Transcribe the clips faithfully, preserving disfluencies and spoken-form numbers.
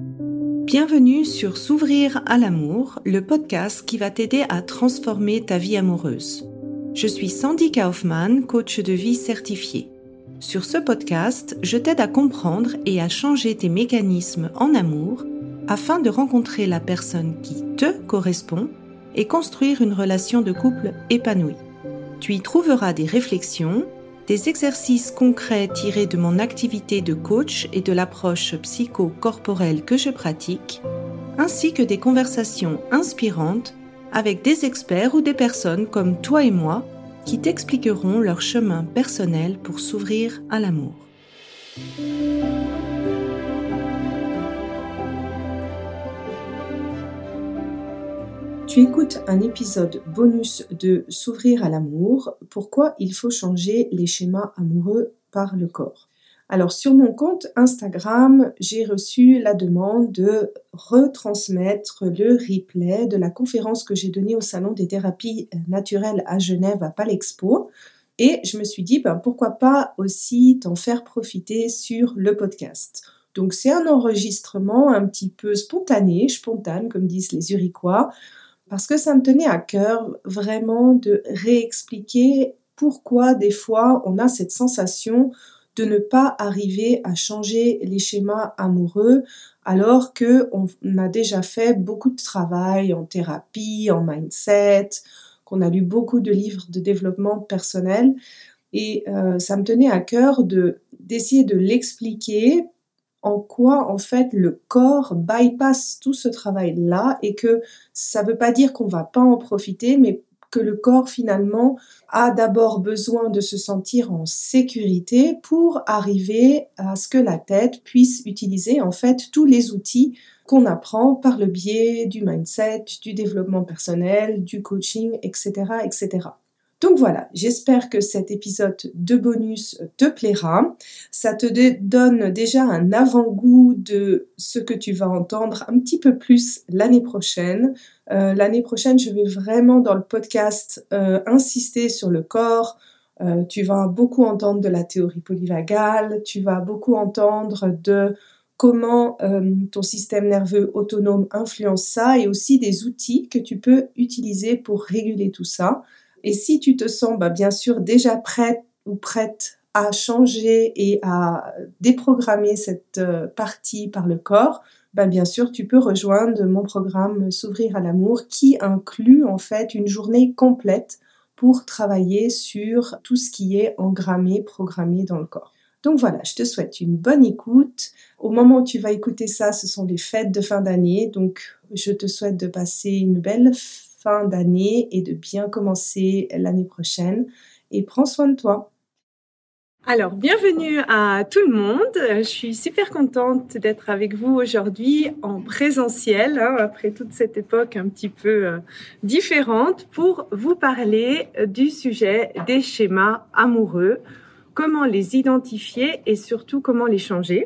Bienvenue sur S'ouvrir à l'amour, le podcast qui va t'aider à transformer ta vie amoureuse. Je suis Sandy Kaufmann, coach de vie certifiée. Sur ce podcast, je t'aide à comprendre et à changer tes mécanismes en amour afin de rencontrer la personne qui te correspond et construire une relation de couple épanouie. Tu y trouveras des réflexions, des exercices concrets tirés de mon activité de coach et de l'approche psycho-corporelle que je pratique, ainsi que des conversations inspirantes avec des experts ou des personnes comme toi et moi qui t'expliqueront leur chemin personnel pour s'ouvrir à l'amour. Tu écoutes un épisode bonus de S'ouvrir à l'amour, pourquoi il faut changer les schémas amoureux par le corps. Alors sur mon compte Instagram, j'ai reçu la demande de retransmettre le replay de la conférence que j'ai donnée au Salon des thérapies naturelles à Genève à Palexpo. Et je me suis dit, ben, pourquoi pas aussi t'en faire profiter sur le podcast. Donc c'est un enregistrement un petit peu spontané, spontané comme disent les Zurichois, parce que ça me tenait à cœur vraiment de réexpliquer pourquoi des fois on a cette sensation de ne pas arriver à changer les schémas amoureux alors qu'on a déjà fait beaucoup de travail en thérapie, en mindset, qu'on a lu beaucoup de livres de développement personnel et euh, ça me tenait à cœur de, d'essayer de l'expliquer en quoi, en fait, le corps bypass tout ce travail-là et que ça veut pas dire qu'on va pas en profiter, mais que le corps, finalement, a d'abord besoin de se sentir en sécurité pour arriver à ce que la tête puisse utiliser, en fait, tous les outils qu'on apprend par le biais du mindset, du développement personnel, du coaching, et cetera, et cetera. Donc voilà, j'espère que cet épisode de bonus te plaira. Ça te donne déjà un avant-goût de ce que tu vas entendre un petit peu plus l'année prochaine. Euh, l'année prochaine, je vais vraiment dans le podcast euh, insister sur le corps. Euh, tu vas beaucoup entendre de la théorie polyvagale, tu vas beaucoup entendre de comment euh, ton système nerveux autonome influence ça et aussi des outils que tu peux utiliser pour réguler tout ça. Et si tu te sens bah, bien sûr déjà prête ou prête à changer et à déprogrammer cette euh, partie par le corps, bah, bien sûr tu peux rejoindre mon programme S'ouvrir à l'amour qui inclut en fait une journée complète pour travailler sur tout ce qui est engrammé, programmé dans le corps. Donc voilà, je te souhaite une bonne écoute. Au moment où tu vas écouter ça, ce sont les fêtes de fin d'année, donc je te souhaite de passer une belle fin d'année et de bien commencer l'année prochaine. Et prends soin de toi. Alors, bienvenue à tout le monde. Je suis super contente d'être avec vous aujourd'hui en présentiel, hein, après toute cette époque un petit peu euh, différente, pour vous parler du sujet des schémas amoureux, comment les identifier et surtout comment les changer.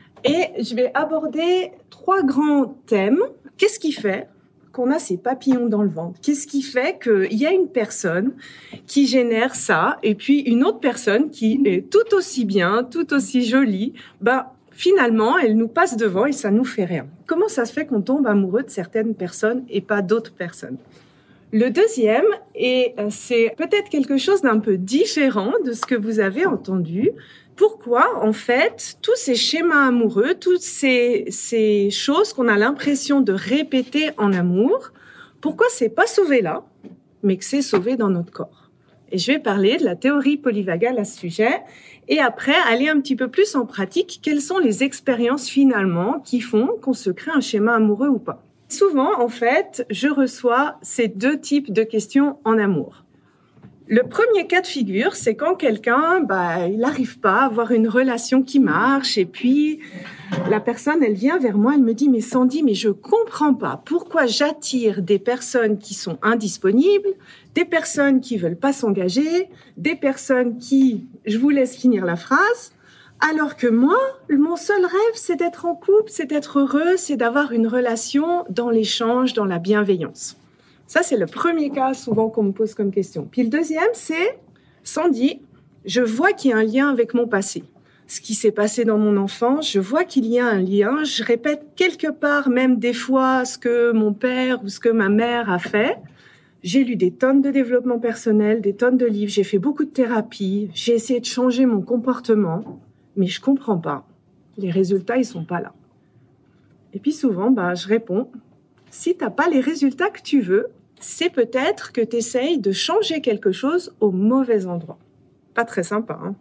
Et je vais aborder trois grands thèmes. Qu'est-ce qui fait qu'on a ces papillons dans le ventre? Qu'est-ce qui fait qu'il y a une personne qui génère ça et puis une autre personne qui est tout aussi bien, tout aussi jolie, bah, finalement, elle nous passe devant et ça nous fait rien. Comment ça se fait qu'on tombe amoureux de certaines personnes et pas d'autres personnes? Le deuxième, et c'est peut-être quelque chose d'un peu différent de ce que vous avez entendu, pourquoi, en fait, tous ces schémas amoureux, toutes ces, ces choses qu'on a l'impression de répéter en amour, pourquoi c'est pas sauvé là, mais que c'est sauvé dans notre corps? Et je vais parler de la théorie polyvagale à ce sujet, et après, aller un petit peu plus en pratique, quelles sont les expériences finalement qui font qu'on se crée un schéma amoureux ou pas? Souvent, en fait, je reçois ces deux types de questions en amour. Le premier cas de figure, c'est quand quelqu'un, bah, il n'arrive pas à avoir une relation qui marche et puis la personne, elle vient vers moi, elle me dit « Mais Sandy, mais je comprends pas pourquoi j'attire des personnes qui sont indisponibles, des personnes qui veulent pas s'engager, des personnes qui… » Je vous laisse finir la phrase. Alors que moi, mon seul rêve, c'est d'être en couple, c'est d'être heureux, c'est d'avoir une relation dans l'échange, dans la bienveillance. Ça, c'est le premier cas souvent qu'on me pose comme question. Puis le deuxième, c'est « Sandy, je vois qu'il y a un lien avec mon passé. ce qui s'est passé dans mon enfance, je vois qu'il y a un lien. Je répète quelque part, même des fois, ce que mon père ou ce que ma mère a fait. J'ai lu des tonnes de développement personnel, des tonnes de livres, j'ai fait beaucoup de thérapie, j'ai essayé de changer mon comportement, mais je comprends pas. Les résultats, ils sont pas là. Et puis souvent, bah, je réponds, si t'as pas les résultats que tu veux, c'est peut-être que tu essayes de changer quelque chose au mauvais endroit. Pas très sympa, hein.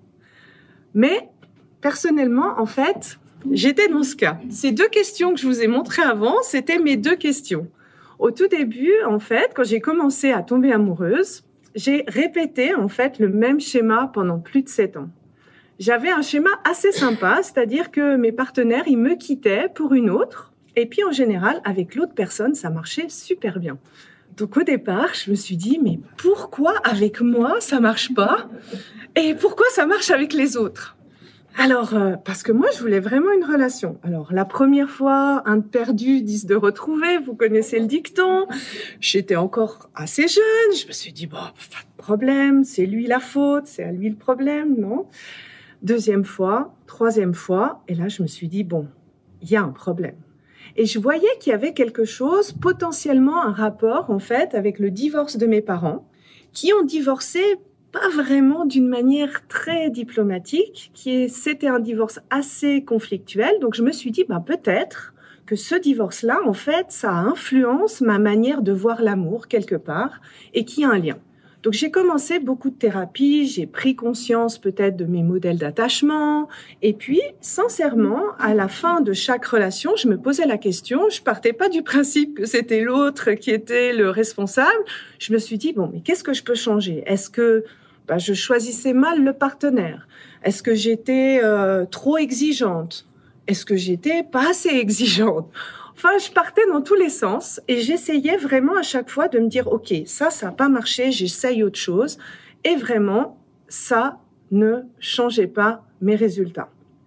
Mais personnellement, en fait, j'étais dans ce cas. Ces deux questions que je vous ai montrées avant, c'était mes deux questions. Au tout début, en fait, quand j'ai commencé à tomber amoureuse, j'ai répété, en fait, le même schéma pendant plus de sept ans. J'avais un schéma assez sympa, c'est-à-dire que mes partenaires, ils me quittaient pour une autre. Et puis, en général, avec l'autre personne, ça marchait super bien. Donc, au départ, je me suis dit, mais pourquoi avec moi, ça marche pas? Et pourquoi ça marche avec les autres? Alors, euh, parce que moi, je voulais vraiment une relation. Alors, la première fois, un de perdu, dix de retrouvé, vous connaissez le dicton. J'étais encore assez jeune, je me suis dit, bon, pas de problème, c'est lui la faute, c'est à lui le problème, non? Deuxième fois, troisième fois, et là, je me suis dit, bon, il y a un problème. Et je voyais qu'il y avait quelque chose, potentiellement un rapport, en fait, avec le divorce de mes parents, qui ont divorcé pas vraiment d'une manière très diplomatique, qui est, c'était un divorce assez conflictuel. Donc, je me suis dit, bah, peut-être que ce divorce-là, en fait, ça influence ma manière de voir l'amour quelque part et qu'il y a un lien. Donc, j'ai commencé beaucoup de thérapie, j'ai pris conscience peut-être de mes modèles d'attachement. Et puis, sincèrement, à la fin de chaque relation, je me posais la question, je partais pas du principe que c'était l'autre qui était le responsable. Je me suis dit, bon, mais qu'est-ce que je peux changer? Est-ce que bah, je choisissais mal le partenaire? Est-ce que j'étais euh, trop exigeante? Est-ce que j'étais pas assez exigeante? Enfin, je partais dans tous les sens et j'essayais vraiment à chaque fois de me dire, OK, ça, ça n'a pas marché, j'essaye autre chose. Et vraiment, ça ne changeait pas mes résultats.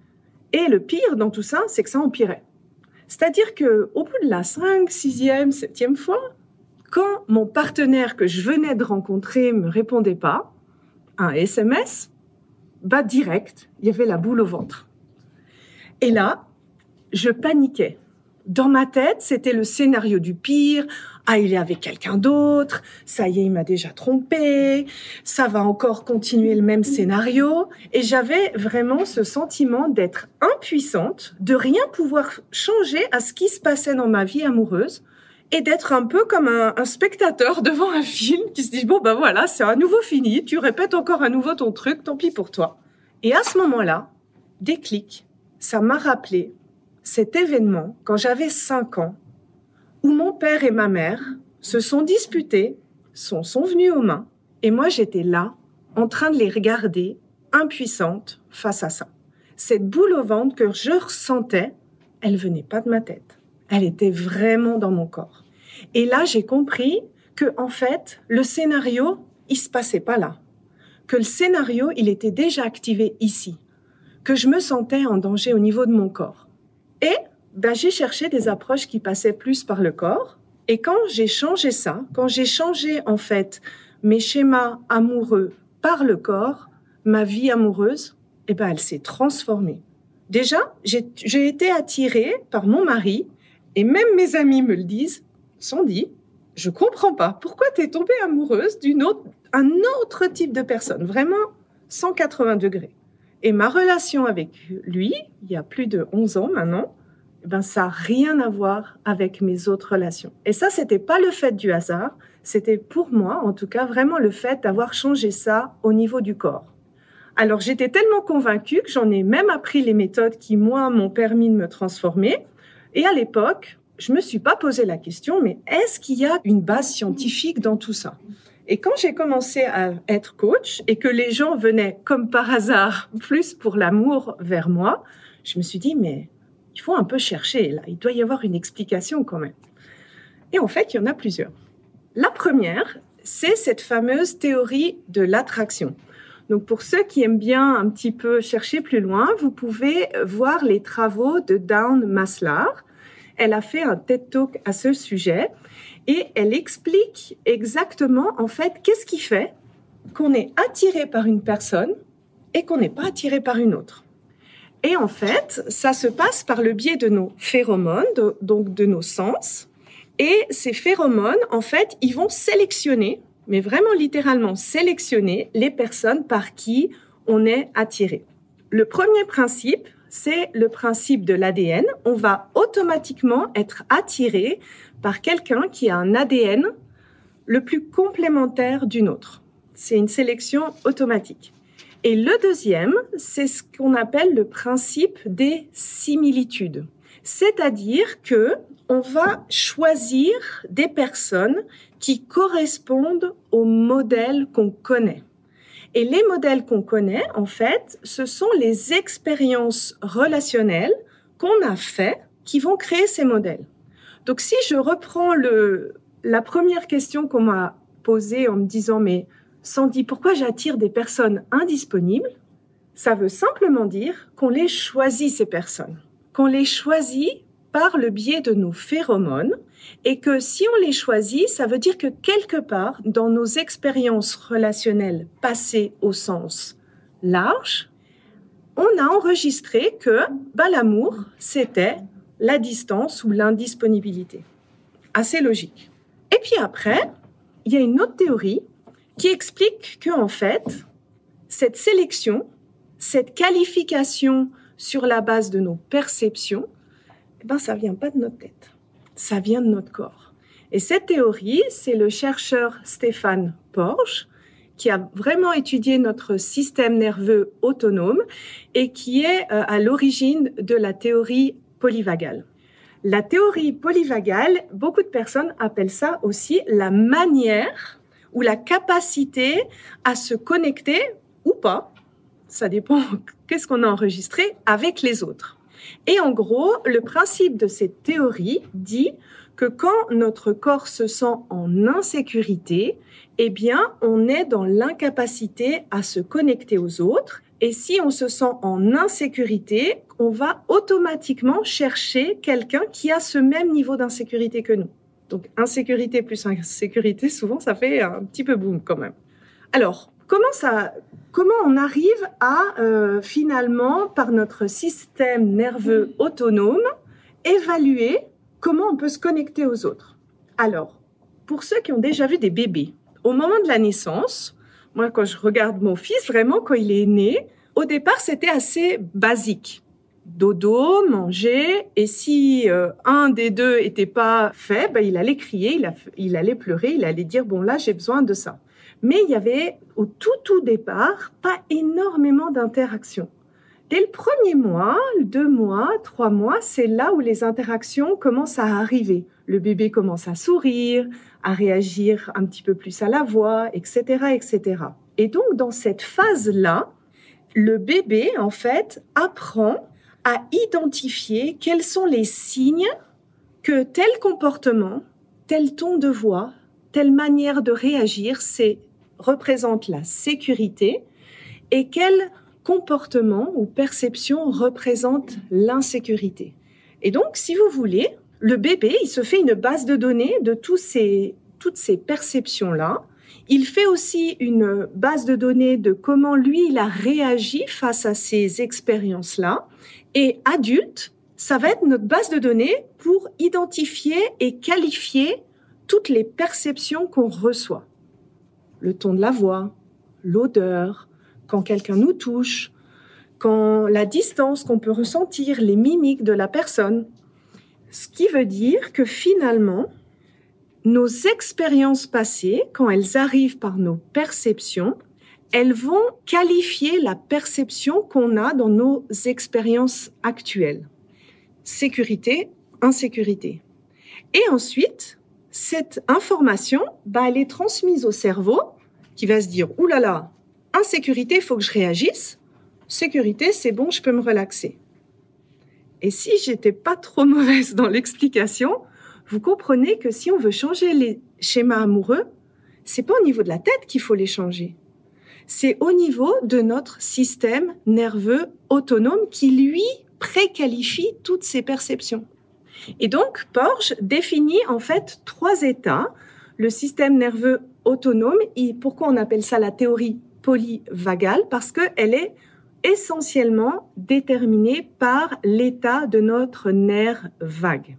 Et le pire dans tout ça, c'est que ça empirait. C'est-à-dire que au bout de la cinq, sixième, septième fois, quand mon partenaire que je venais de rencontrer me répondait pas, un S M S, bah direct, il y avait la boule au ventre. Et là, je paniquais. Dans ma tête, c'était le scénario du pire. Ah, il est avec quelqu'un d'autre. Ça y est, il m'a déjà trompé. Ça va encore continuer le même scénario. Et j'avais vraiment ce sentiment d'être impuissante, de rien pouvoir changer à ce qui se passait dans ma vie amoureuse et d'être un peu comme un, un spectateur devant un film qui se dit, bon, ben voilà, c'est à nouveau fini. Tu répètes encore à nouveau ton truc, tant pis pour toi. Et à ce moment-là, déclic, ça m'a rappelé cet événement, quand j'avais cinq ans, où mon père et ma mère se sont disputés, sont, sont venus aux mains, et moi j'étais là, en train de les regarder, impuissante face à ça. Cette boule au ventre que je ressentais, elle venait pas de ma tête. Elle était vraiment dans mon corps. Et là, j'ai compris que, en fait, le scénario, il se passait pas là. Que le scénario, il était déjà activé ici. Que je me sentais en danger au niveau de mon corps. Et ben, j'ai cherché des approches qui passaient plus par le corps. Et quand j'ai changé ça, quand j'ai changé en fait mes schémas amoureux par le corps, ma vie amoureuse, eh ben, elle s'est transformée. Déjà, j'ai, j'ai été attirée par mon mari, et même mes amis me le disent, sont dit, je comprends pas, pourquoi t'es tombée amoureuse d'une autre, un autre type de personne, vraiment cent quatre-vingts degrés. Et ma relation avec lui, il y a plus de onze ans maintenant, eh ben, ça n'a rien à voir avec mes autres relations. Et ça, c'était pas le fait du hasard, c'était pour moi, en tout cas, vraiment le fait d'avoir changé ça au niveau du corps. Alors, j'étais tellement convaincue que j'en ai même appris les méthodes qui, moi, m'ont permis de me transformer. Et à l'époque, je me suis pas posé la question, mais est-ce qu'il y a une base scientifique dans tout ça? Et quand j'ai commencé à être coach et que les gens venaient comme par hasard plus pour l'amour vers moi, je me suis dit, mais il faut un peu chercher là, il doit y avoir une explication quand même. Et en fait, il y en a plusieurs. La première, c'est cette fameuse théorie de l'attraction. Donc pour ceux qui aiment bien un petit peu chercher plus loin, vous pouvez voir les travaux de Dawn Maslar. Elle a fait un TED Talk à ce sujet. Et elle explique exactement, en fait, qu'est-ce qui fait qu'on est attiré par une personne et qu'on n'est pas attiré par une autre. Et en fait, ça se passe par le biais de nos phéromones, de, donc de nos sens. Et ces phéromones, en fait, ils vont sélectionner, mais vraiment littéralement sélectionner les personnes par qui on est attiré. Le premier principe, c'est le principe de l'A D N. On va automatiquement être attiré par quelqu'un qui a un A D N le plus complémentaire du nôtre. C'est une sélection automatique. Et le deuxième, c'est ce qu'on appelle le principe des similitudes. C'est-à-dire que on va choisir des personnes qui correspondent au modèle qu'on connaît. Et les modèles qu'on connaît, en fait, ce sont les expériences relationnelles qu'on a faites qui vont créer ces modèles. Donc, si je reprends le, la première question qu'on m'a posée en me disant « Mais Sandy, pourquoi j'attire des personnes indisponibles ?» Ça veut simplement dire qu'on les choisit, ces personnes. Qu'on les choisit par le biais de nos phéromones et que si on les choisit, ça veut dire que quelque part, dans nos expériences relationnelles passées au sens large, on a enregistré que bah, l'amour, c'était la distance ou l'indisponibilité. Assez logique. Et puis après, il y a une autre théorie qui explique que en fait, cette sélection, cette qualification sur la base de nos perceptions, eh ben, ça vient pas de notre tête, ça vient de notre corps. Et cette théorie, c'est le chercheur Stéphane Porges qui a vraiment étudié notre système nerveux autonome et qui est euh, à l'origine de la théorie polyvagale. La théorie polyvagale, beaucoup de personnes appellent ça aussi la manière ou la capacité à se connecter ou pas, ça dépend qu'est-ce qu'on a enregistré, avec les autres. Et en gros, le principe de cette théorie dit que quand notre corps se sent en insécurité, eh bien, on est dans l'incapacité à se connecter aux autres. Et si on se sent en insécurité, on va automatiquement chercher quelqu'un qui a ce même niveau d'insécurité que nous. Donc, insécurité plus insécurité, souvent, ça fait un petit peu boum quand même. Alors, comment ça, comment on arrive à, euh, finalement, par notre système nerveux autonome, évaluer comment on peut se connecter aux autres? Alors, pour ceux qui ont déjà vu des bébés, au moment de la naissance, moi, quand je regarde mon fils, vraiment, quand il est né, au départ, c'était assez basique. Dodo, manger, et si euh, un des deux était pas fait, ben, il allait crier, il, a, il allait pleurer, il allait dire « bon, là, j'ai besoin de ça ». Mais il y avait, au tout, tout départ, pas énormément d'interactions. Dès le premier mois, deux mois, trois mois, c'est là où les interactions commencent à arriver. Le bébé commence à sourire, à réagir un petit peu plus à la voix, et cetera, et cetera. Et donc, dans cette phase-là, le bébé, en fait, apprend à identifier quels sont les signes que tel comportement, tel ton de voix, telle manière de réagir, c'est, représente la sécurité et quel comportement ou perception représente l'insécurité. Et donc, si vous voulez, le bébé, il se fait une base de données de tous ces, toutes ces perceptions-là. Il fait aussi une base de données de comment lui, il a réagi face à ces expériences-là. Et adulte, ça va être notre base de données pour identifier et qualifier toutes les perceptions qu'on reçoit. Le ton de la voix, l'odeur, quand quelqu'un nous touche, quand la distance qu'on peut ressentir, les mimiques de la personne. Ce qui veut dire que finalement, nos expériences passées, quand elles arrivent par nos perceptions, elles vont qualifier la perception qu'on a dans nos expériences actuelles. Sécurité, insécurité. Et ensuite, cette information, bah, elle est transmise au cerveau qui va se dire « Ouh là là, insécurité, il faut que je réagisse. Sécurité, c'est bon, je peux me relaxer. » Et si j'étais pas trop mauvaise dans l'explication, vous comprenez que si on veut changer les schémas amoureux, c'est pas au niveau de la tête qu'il faut les changer. C'est au niveau de notre système nerveux autonome qui, lui, préqualifie toutes ces perceptions. Et donc, Porges définit en fait trois états. Le système nerveux autonome, et pourquoi on appelle ça la théorie polyvagale? Parce qu'elle est essentiellement déterminé par l'état de notre nerf vague.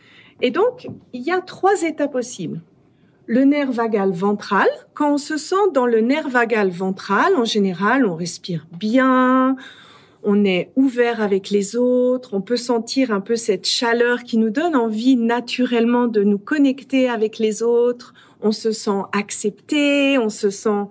Et donc, il y a trois états possibles. Le nerf vagal ventral, quand on se sent dans le nerf vagal ventral, en général, on respire bien, on est ouvert avec les autres, on peut sentir un peu cette chaleur qui nous donne envie naturellement de nous connecter avec les autres, on se sent accepté, on se sent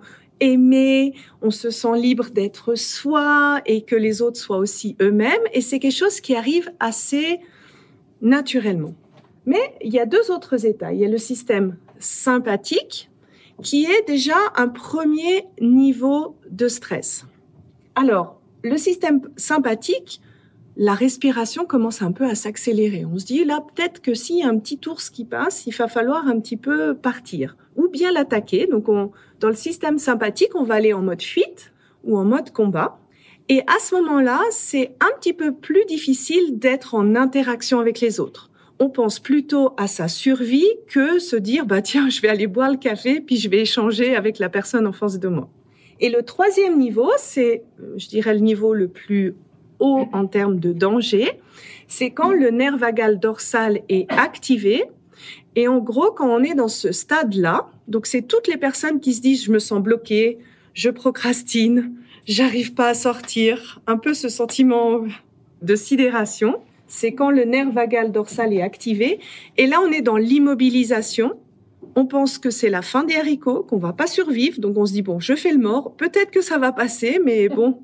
aimé, on se sent libre d'être soi et que les autres soient aussi eux-mêmes, et c'est quelque chose qui arrive assez naturellement. Mais il y a deux autres états. Il y a le système sympathique qui est déjà un premier niveau de stress. Alors, le système sympathique, la respiration commence un peu à s'accélérer. On se dit là, peut-être que s'il y a un petit ours qui passe, il va falloir un petit peu partir ou bien l'attaquer. Donc, on, dans le système sympathique, on va aller en mode fuite ou en mode combat. Et à ce moment-là, c'est un petit peu plus difficile d'être en interaction avec les autres. On pense plutôt à sa survie que se dire bah tiens, je vais aller boire le café puis je vais échanger avec la personne en face de moi. Et le troisième niveau, c'est, je dirais, le niveau le plus haut en termes de danger, c'est quand le nerf vagal dorsal est activé. Et en gros, quand on est dans ce stade-là, donc c'est toutes les personnes qui se disent « je me sens bloquée, je procrastine, j'arrive pas à sortir », un peu ce sentiment de sidération, c'est quand le nerf vagal dorsal est activé. Et là, on est dans l'immobilisation. On pense que c'est la fin des haricots, qu'on va pas survivre, donc on se dit bon, je fais le mort, peut-être que ça va passer, mais bon,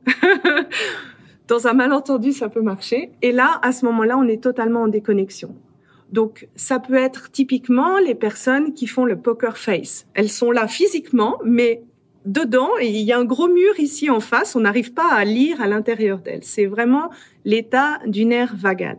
dans un malentendu, ça peut marcher. Et là, à ce moment-là, on est totalement en déconnexion. Donc, ça peut être typiquement les personnes qui font le poker face. Elles sont là physiquement, mais dedans, il y a un gros mur ici en face, on n'arrive pas à lire à l'intérieur d'elles. C'est vraiment l'état du nerf vagal.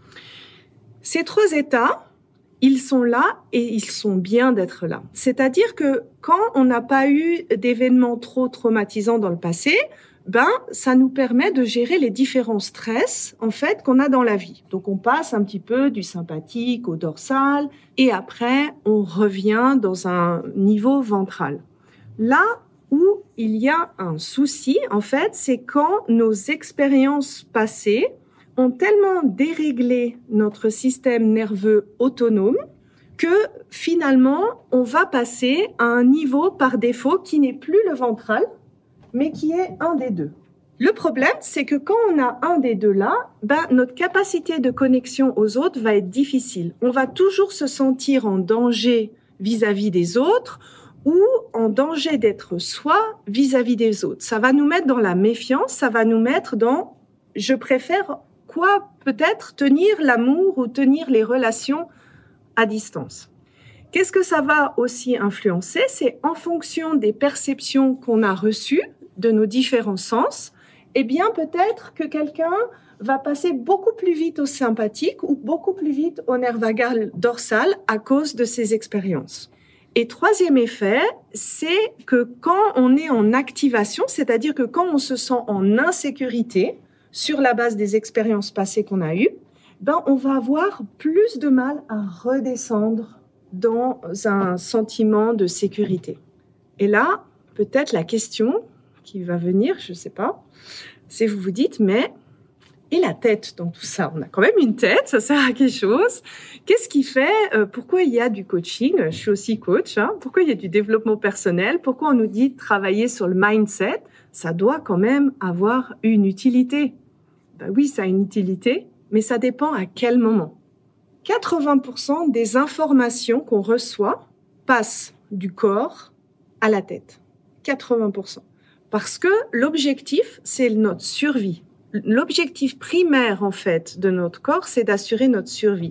Ces trois états, ils sont là et ils sont bien d'être là. C'est-à-dire que quand on n'a pas eu d'événements trop traumatisants dans le passé, ben, ça nous permet de gérer les différents stress, en fait, qu'on a dans la vie. Donc, on passe un petit peu du sympathique au dorsal et après, on revient dans un niveau ventral. Là où il y a un souci, en fait, c'est quand nos expériences passées ont tellement déréglé notre système nerveux autonome que finalement, on va passer à un niveau par défaut qui n'est plus le ventral, mais qui est un des deux. Le problème, c'est que quand on a un des deux là, ben, notre capacité de connexion aux autres va être difficile. On va toujours se sentir en danger vis-à-vis des autres ou en danger d'être soi vis-à-vis des autres. Ça va nous mettre dans la méfiance, ça va nous mettre dans « je préfère » quoi peut-être tenir l'amour ou tenir les relations à distance. Qu'est-ce que ça va aussi influencer? C'est en fonction des perceptions qu'on a reçues de nos différents sens, eh bien peut-être que quelqu'un va passer beaucoup plus vite au sympathique ou beaucoup plus vite au nerf vagal dorsal à cause de ces expériences. Et troisième effet, c'est que quand on est en activation, c'est-à-dire que quand on se sent en insécurité, sur la base des expériences passées qu'on a eues, ben on va avoir plus de mal à redescendre dans un sentiment de sécurité. Et là, peut-être la question qui va venir, je ne sais pas, c'est vous vous dites, mais et la tête dans tout ça? On a quand même une tête, ça sert à quelque chose. Qu'est-ce qui fait, euh, pourquoi il y a du coaching? Je suis aussi coach, hein, pourquoi il y a du développement personnel? Pourquoi on nous dit de travailler sur le mindset? Ça doit quand même avoir une utilité. Ben oui, ça a une utilité, mais ça dépend à quel moment. quatre-vingts pour cent des informations qu'on reçoit passent du corps à la tête. quatre-vingts pour cent. Parce que l'objectif, c'est notre survie. L'objectif primaire, en fait, de notre corps, c'est d'assurer notre survie.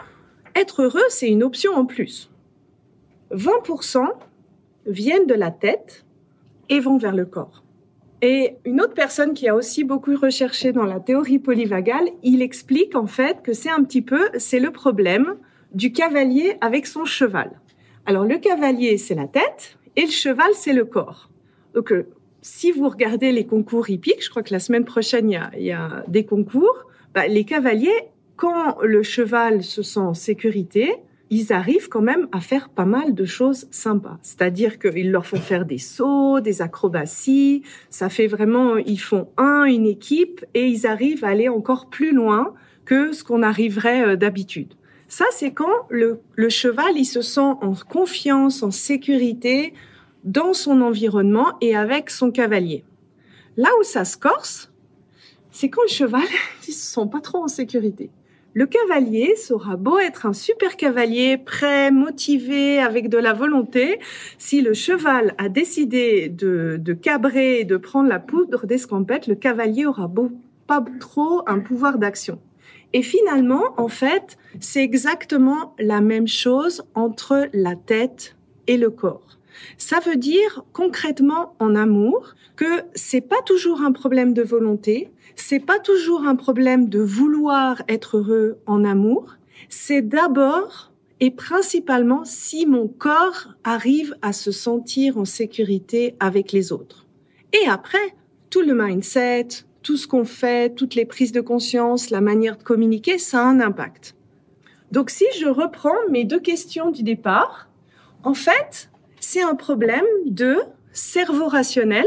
Être heureux, c'est une option en plus. vingt pour cent viennent de la tête et vont vers le corps. Et une autre personne qui a aussi beaucoup recherché dans la théorie polyvagale, il explique en fait que c'est un petit peu, c'est le problème du cavalier avec son cheval. Alors le cavalier, c'est la tête et le cheval, c'est le corps. Donc euh, si vous regardez les concours hippiques, je crois que la semaine prochaine, il y a, il y a des concours, bah, les cavaliers, quand le cheval se sent en sécurité, ils arrivent quand même à faire pas mal de choses sympas. C'est-à-dire qu'ils leur font faire des sauts, des acrobaties. Ça fait vraiment, ils font un, une équipe, et ils arrivent à aller encore plus loin que ce qu'on arriverait d'habitude. Ça, c'est quand le, le cheval, il se sent en confiance, en sécurité dans son environnement et avec son cavalier. Là où ça se corse, c'est quand le cheval, il se sent pas trop en sécurité. Le cavalier sera beau être un super cavalier, prêt, motivé, avec de la volonté. Si le cheval a décidé de, de cabrer et de prendre la poudre d'escampette, le cavalier aura beau, pas trop un pouvoir d'action. Et finalement, en fait, c'est exactement la même chose entre la tête et le corps. Ça veut dire concrètement en amour que c'est pas toujours un problème de volonté, c'est pas toujours un problème de vouloir être heureux en amour, c'est d'abord et principalement si mon corps arrive à se sentir en sécurité avec les autres. Et après, tout le mindset, tout ce qu'on fait, toutes les prises de conscience, la manière de communiquer, ça a un impact. Donc si je reprends mes deux questions du départ, en fait, c'est un problème de cerveau rationnel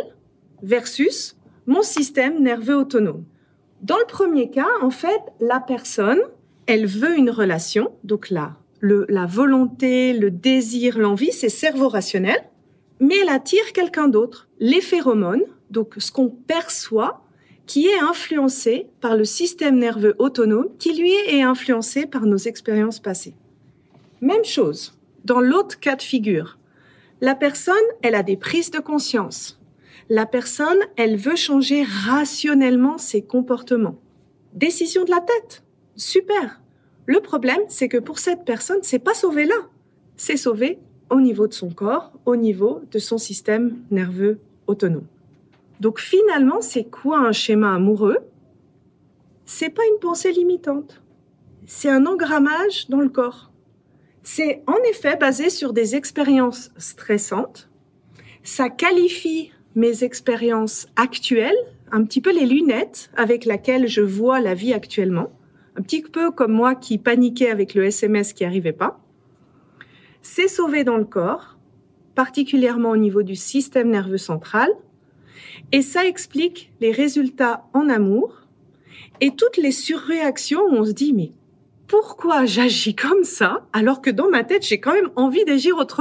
versus mon système nerveux autonome. Dans le premier cas, en fait, la personne, elle veut une relation, donc là, le, la volonté, le désir, l'envie, c'est cerveau rationnel, mais elle attire quelqu'un d'autre. Les phéromones, donc ce qu'on perçoit, qui est influencé par le système nerveux autonome, qui lui est influencé par nos expériences passées. Même chose, dans l'autre cas de figure. La personne, elle a des prises de conscience. La personne, elle veut changer rationnellement ses comportements. Décision de la tête, super. Le problème, c'est que pour cette personne, c'est pas sauvé là. C'est sauvé au niveau de son corps, au niveau de son système nerveux autonome. Donc finalement, c'est quoi un schéma amoureux ? C'est pas une pensée limitante. C'est un engrammage dans le corps. C'est en effet basé sur des expériences stressantes. Ça qualifie mes expériences actuelles, un petit peu les lunettes avec lesquelles je vois la vie actuellement, un petit peu comme moi qui paniquais avec le S M S qui n'arrivait pas. C'est sauvé dans le corps, particulièrement au niveau du système nerveux central, et ça explique les résultats en amour et toutes les surréactions où on se dit « mais pourquoi j'agis comme ça alors que dans ma tête, j'ai quand même envie d'agir autrement ?»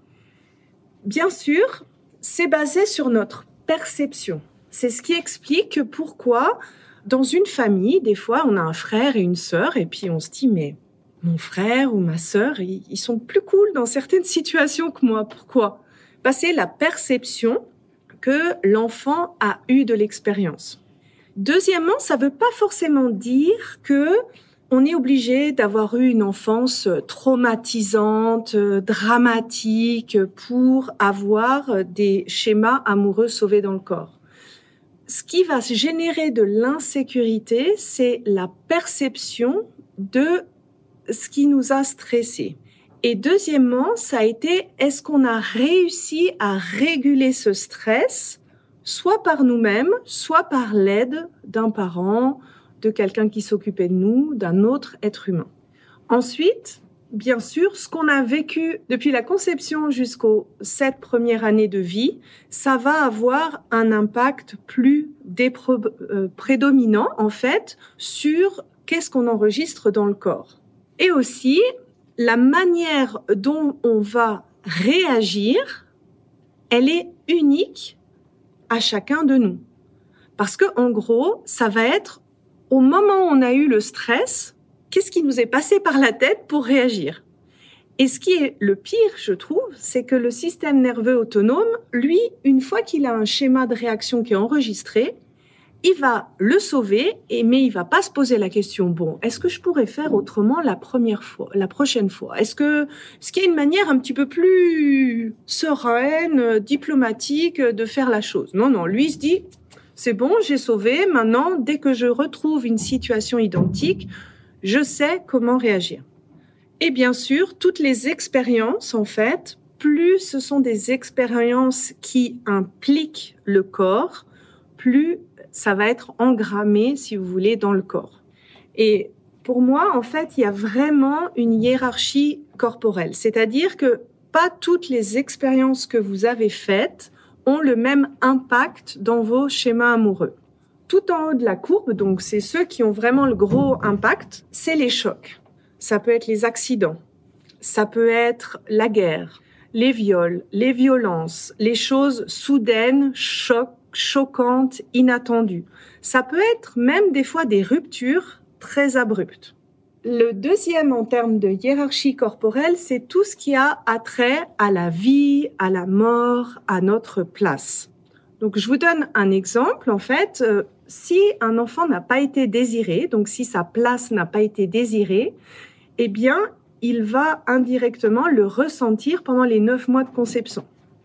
Bien sûr, c'est basé sur notre perception. C'est ce qui explique pourquoi, dans une famille, des fois, on a un frère et une sœur, et puis on se dit, mais mon frère ou ma sœur, ils sont plus cool dans certaines situations que moi. Pourquoi ? Ben, c'est la perception que l'enfant a eue de l'expérience. Deuxièmement, ça ne veut pas forcément dire que on est obligé d'avoir eu une enfance traumatisante, dramatique, pour avoir des schémas amoureux sauvés dans le corps. Ce qui va générer de l'insécurité, c'est la perception de ce qui nous a stressés. Et deuxièmement, ça a été, est-ce qu'on a réussi à réguler ce stress, soit par nous-mêmes, soit par l'aide d'un parent, de quelqu'un qui s'occupait de nous, d'un autre être humain. Ensuite, bien sûr, ce qu'on a vécu depuis la conception jusqu'aux sept premières années de vie, ça va avoir un impact plus dépro- euh, prédominant, en fait, sur qu'est-ce qu'on enregistre dans le corps. Et aussi, la manière dont on va réagir, elle est unique à chacun de nous. Parce que, en gros, ça va être au moment où on a eu le stress, qu'est-ce qui nous est passé par la tête pour réagir ? Et ce qui est le pire, je trouve, c'est que le système nerveux autonome, lui, une fois qu'il a un schéma de réaction qui est enregistré, il va le sauver, et, mais il va pas se poser la question, bon, est-ce que je pourrais faire autrement la première fois, la prochaine fois ? Est-ce que, est-ce qu'il y a une manière un petit peu plus sereine, diplomatique de faire la chose ? Non, non, lui, il se dit, c'est bon, j'ai sauvé. Maintenant, dès que je retrouve une situation identique, je sais comment réagir. Et bien sûr, toutes les expériences, en fait, plus ce sont des expériences qui impliquent le corps, plus ça va être engrammé, si vous voulez, dans le corps. Et pour moi, en fait, il y a vraiment une hiérarchie corporelle. C'est-à-dire que pas toutes les expériences que vous avez faites ont le même impact dans vos schémas amoureux. Tout en haut de la courbe, donc c'est ceux qui ont vraiment le gros impact, c'est les chocs. Ça peut être les accidents, ça peut être la guerre, les viols, les violences, les choses soudaines, choc, choquantes, inattendues. Ça peut être même des fois des ruptures très abruptes. Le deuxième en termes de hiérarchie corporelle, c'est tout ce qui a attrait à la vie, à la mort, à notre place. Donc je vous donne un exemple. En fait, euh, si un enfant n'a pas été désiré, donc si sa place n'a pas été désirée, eh bien, il va indirectement le ressentir pendant les neuf mois de conception.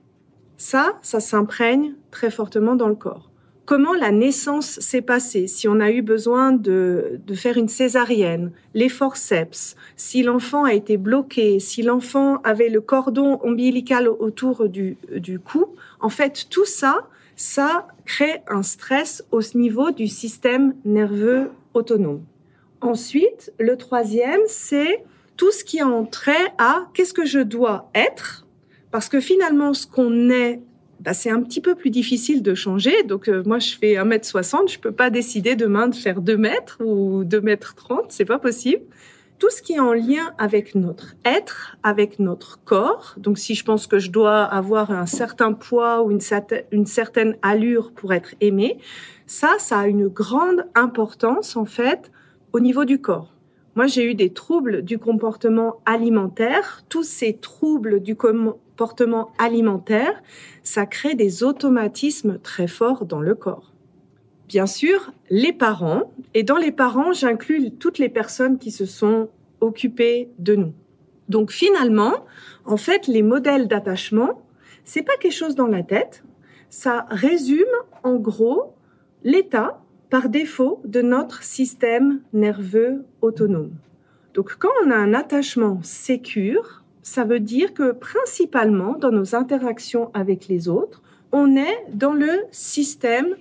Ça, ça s'imprègne très fortement dans le corps. Comment la naissance s'est passée, si on a eu besoin de, de faire une césarienne, les forceps, si l'enfant a été bloqué, si l'enfant avait le cordon ombilical autour du, du cou, en fait, tout ça, ça crée un stress au niveau du système nerveux autonome. Ensuite, le troisième, c'est tout ce qui a trait à qu'est-ce que je dois être, parce que finalement, ce qu'on est, bah, c'est un petit peu plus difficile de changer. Donc, euh, moi, je fais un mètre soixante, je peux pas décider demain de faire deux mètres ou deux mètres trente, c'est pas possible. Tout ce qui est en lien avec notre être, avec notre corps. Donc, si je pense que je dois avoir un certain poids ou une, certaine, une certaine allure pour être aimé, ça, ça a une grande importance, en fait, au niveau du corps. Moi, j'ai eu des troubles du comportement alimentaire. Tous ces troubles du comportement alimentaire, ça crée des automatismes très forts dans le corps. Bien sûr, les parents, et dans les parents, j'inclus toutes les personnes qui se sont occupées de nous. Donc finalement, en fait, les modèles d'attachement, c'est pas quelque chose dans la tête, ça résume en gros l'état par défaut de notre système nerveux autonome. Donc quand on a un attachement sécure, ça veut dire que principalement dans nos interactions avec les autres, on est dans le système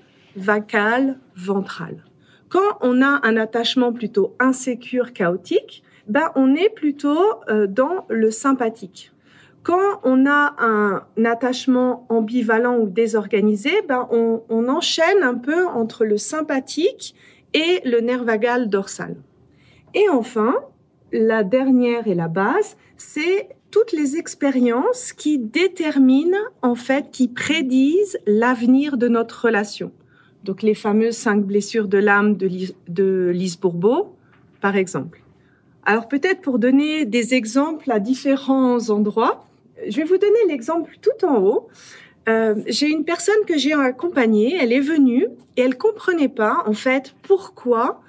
vagal ventral. Quand on a un attachement plutôt insécure, chaotique, ben on est plutôt euh, dans le sympathique. Quand on a un attachement ambivalent ou désorganisé, ben on, on enchaîne un peu entre le sympathique et le nerf vagal dorsal. Et enfin, la dernière et la base, c'est toutes les expériences qui déterminent, en fait, qui prédisent l'avenir de notre relation. Donc les fameuses cinq blessures de l'âme de Lise, de Lise Bourbeau, par exemple. Alors peut-être pour donner des exemples à différents endroits, je vais vous donner l'exemple tout en haut. Euh, j'ai une personne que j'ai accompagnée, elle est venue et elle comprenait pas en fait pourquoi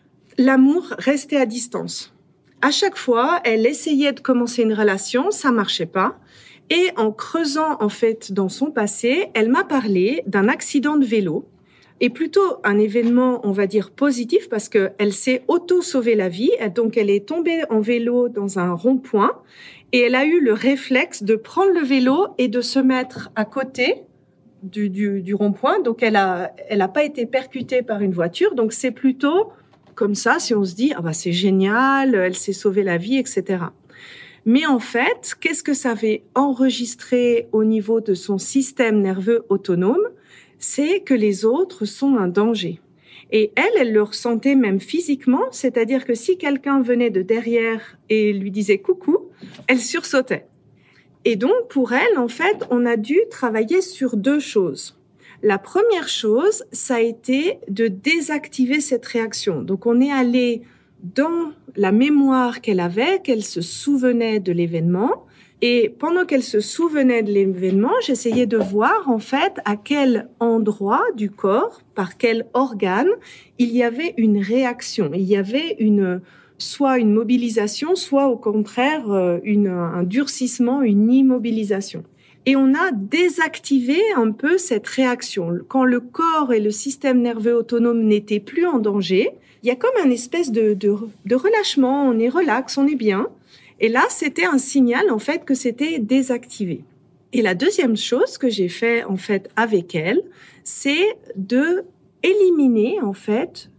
l'amour restait à distance. À chaque fois, elle essayait de commencer une relation, ça marchait pas. Et en creusant en fait dans son passé, elle m'a parlé d'un accident de vélo. Et plutôt un événement, on va dire, positif, parce qu'elle s'est auto-sauvé la vie. Donc, elle est tombée en vélo dans un rond-point et elle a eu le réflexe de prendre le vélo et de se mettre à côté du, du, du rond-point. Donc, elle a, elle a pas été percutée par une voiture. Donc, c'est plutôt comme ça, si on se dit, ah bah, c'est génial, elle s'est sauvée la vie, et cetera. Mais en fait, qu'est-ce que ça avait enregistré au niveau de son système nerveux autonome? C'est que les autres sont un danger. Et elle, elle le ressentait même physiquement, c'est-à-dire que si quelqu'un venait de derrière et lui disait coucou, elle sursautait. Et donc, pour elle, en fait, on a dû travailler sur deux choses. La première chose, ça a été de désactiver cette réaction. Donc, on est allé dans la mémoire qu'elle avait, qu'elle se souvenait de l'événement. Et pendant qu'elle se souvenait de l'événement, j'essayais de voir en fait à quel endroit du corps, par quel organe, il y avait une réaction. Il y avait une, soit une mobilisation, soit au contraire une, un durcissement, une immobilisation. Et on a désactivé un peu cette réaction. Quand le corps et le système nerveux autonome n'étaient plus en danger, il y a comme une espèce de, de, de relâchement, on est relax, on est bien. Et là, c'était un signal, en fait, que c'était désactivé. Et la deuxième chose que j'ai fait, en fait, avec elle, c'est de éliminer, en fait,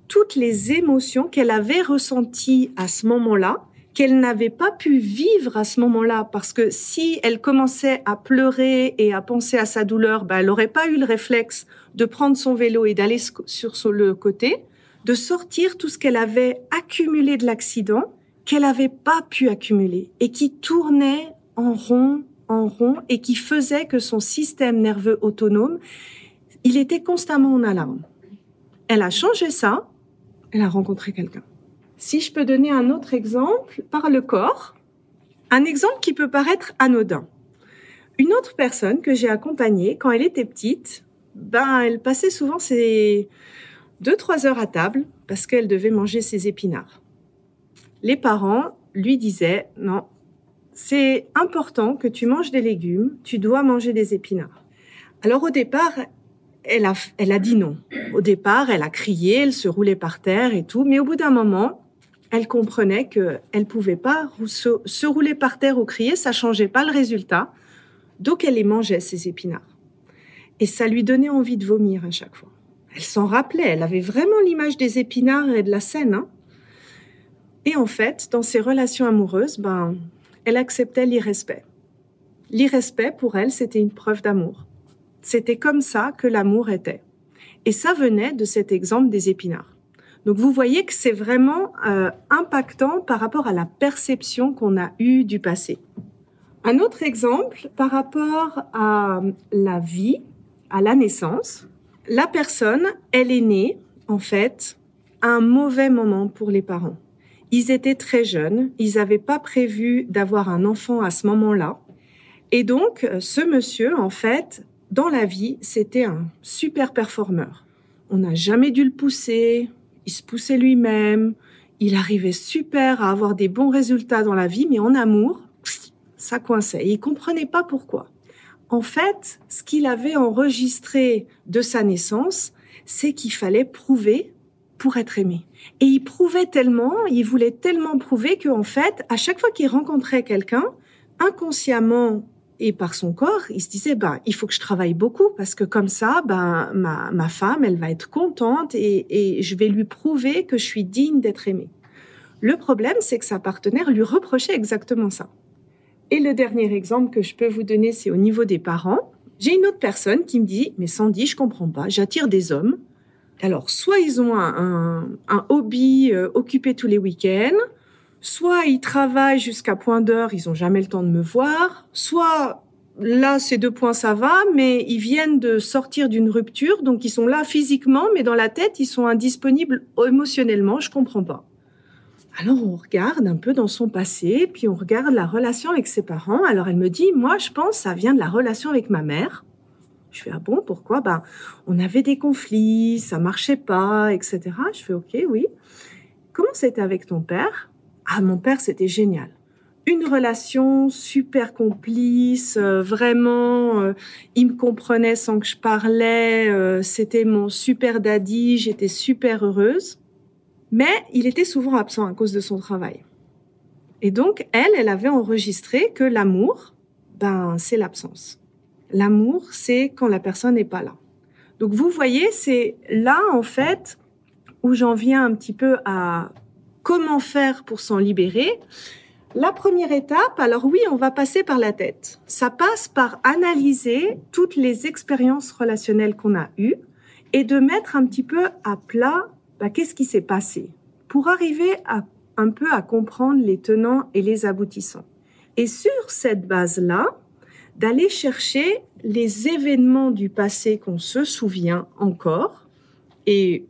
toutes les émotions qu'elle avait ressenties à ce moment-là, qu'elle n'avait pas pu vivre à ce moment-là, parce que si elle commençait à pleurer et à penser à sa douleur, ben, elle n'aurait pas eu le réflexe de prendre son vélo et d'aller sur le côté, de sortir tout ce qu'elle avait accumulé de l'accident, qu'elle n'avait pas pu accumuler, et qui tournait en rond, en rond, et qui faisait que son système nerveux autonome, il était constamment en alarme. Elle a changé ça, elle a rencontré quelqu'un. Si je peux donner un autre exemple par le corps, un exemple qui peut paraître anodin. Une autre personne que j'ai accompagnée quand elle était petite, ben elle passait souvent ses deux trois heures à table parce qu'elle devait manger ses épinards. Les parents lui disaient non, c'est important que tu manges des légumes, tu dois manger des épinards. Alors au départ, elle a elle a dit non. Au départ, elle a crié, elle se roulait par terre et tout, mais au bout d'un moment, elle comprenait qu'elle pouvait pas se, se rouler par terre ou crier, ça changeait pas le résultat. Donc, elle les mangeait, ces épinards. Et ça lui donnait envie de vomir à chaque fois. Elle s'en rappelait, elle avait vraiment l'image des épinards et de la scène. Hein. Et en fait, dans ses relations amoureuses, ben, elle acceptait l'irrespect. L'irrespect, pour elle, c'était une preuve d'amour. C'était comme ça que l'amour était. Et ça venait de cet exemple des épinards. Donc, vous voyez que c'est vraiment euh, impactant par rapport à la perception qu'on a eue du passé. Un autre exemple, par rapport à la vie, à la naissance, la personne, elle est née, en fait, à un mauvais moment pour les parents. Ils étaient très jeunes, ils n'avaient pas prévu d'avoir un enfant à ce moment-là. Et donc, ce monsieur, en fait, dans la vie, c'était un super performeur. On n'a jamais dû le pousser. Il se poussait lui-même, il arrivait super à avoir des bons résultats dans la vie, mais en amour, ça coinçait. Et il comprenait pas pourquoi. En fait, ce qu'il avait enregistré de sa naissance, c'est qu'il fallait prouver pour être aimé. Et il prouvait tellement, il voulait tellement prouver qu'en fait, à chaque fois qu'il rencontrait quelqu'un, inconsciemment et par son corps, il se disait, ben, il faut que je travaille beaucoup parce que comme ça, ben, ma, ma femme, elle va être contente et, et je vais lui prouver que je suis digne d'être aimée. Le problème, c'est que sa partenaire lui reprochait exactement ça. Et le dernier exemple que je peux vous donner, c'est au niveau des parents. J'ai une autre personne qui me dit, mais Sandy, je comprends pas, j'attire des hommes. Alors, soit ils ont un, un, un hobby euh, occupé tous les week-ends, soit ils travaillent jusqu'à point d'heure, ils ont jamais le temps de me voir, soit là, ces deux points, ça va, mais ils viennent de sortir d'une rupture, donc ils sont là physiquement, mais dans la tête, ils sont indisponibles émotionnellement, je comprends pas. Alors, on regarde un peu dans son passé, puis on regarde la relation avec ses parents. Alors, elle me dit, moi, je pense, ça vient de la relation avec ma mère. Je fais, ah bon, pourquoi? Ben, on avait des conflits, ça marchait pas, et cetera. Je fais, ok, oui. Comment c'était avec ton père? Ah, mon père, c'était génial. Une relation super complice, euh, vraiment, euh, il me comprenait sans que je parlais, euh, c'était mon super daddy, j'étais super heureuse. Mais il était souvent absent à cause de son travail. Et donc, elle, elle avait enregistré que l'amour, ben, c'est l'absence. L'amour, c'est quand la personne n'est pas là. Donc, vous voyez, c'est là, en fait, où j'en viens un petit peu à comment faire pour s'en libérer. La première étape, alors oui, on va passer par la tête. Ça passe par analyser toutes les expériences relationnelles qu'on a eues et de mettre un petit peu à plat, bah, qu'est-ce qui s'est passé pour arriver à, un peu à comprendre les tenants et les aboutissants. Et sur cette base-là, d'aller chercher les événements du passé qu'on se souvient encore. Et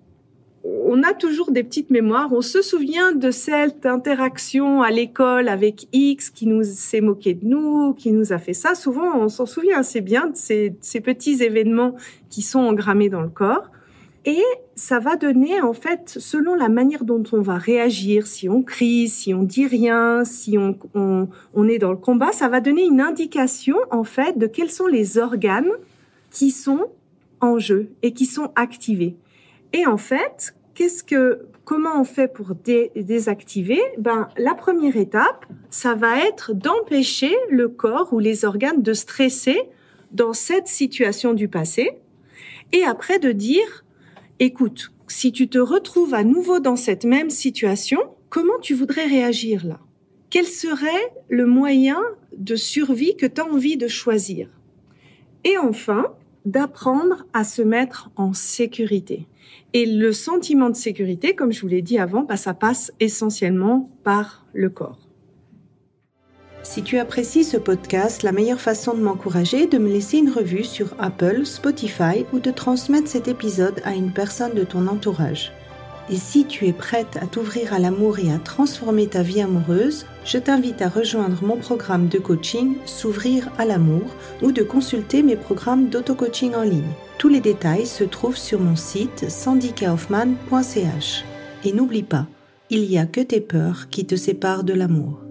on a toujours des petites mémoires. On se souvient de cette interaction à l'école avec X qui nous s'est moqué de nous, qui nous a fait ça. Souvent, on s'en souvient assez bien de ces, ces petits événements qui sont engrammés dans le corps. Et ça va donner, en fait, selon la manière dont on va réagir, si on crie, si on dit rien, si on, on, on est dans le combat, ça va donner une indication, en fait, de quels sont les organes qui sont en jeu et qui sont activés. Et en fait, qu'est-ce que, comment on fait pour dé, désactiver? Ben, la première étape, ça va être d'empêcher le corps ou les organes de stresser dans cette situation du passé. Et après de dire, écoute, Si tu te retrouves à nouveau dans cette même situation, comment tu voudrais réagir là ? Quel serait le moyen de survie que tu as envie de choisir ? Et enfin, d'apprendre à se mettre en sécurité. Et le sentiment de sécurité, comme je vous l'ai dit avant, bah, ça passe essentiellement par le corps. Si tu apprécies ce podcast, la meilleure façon de m'encourager est de me laisser une revue sur Apple, Spotify ou de transmettre cet épisode à une personne de ton entourage. Et si tu es prête à t'ouvrir à l'amour et à transformer ta vie amoureuse, je t'invite à rejoindre mon programme de coaching « S'ouvrir à l'amour » ou de consulter mes programmes d'auto-coaching en ligne. Tous les détails se trouvent sur mon site sandy kaufman point c h. Et n'oublie pas, il n'y a que tes peurs qui te séparent de l'amour.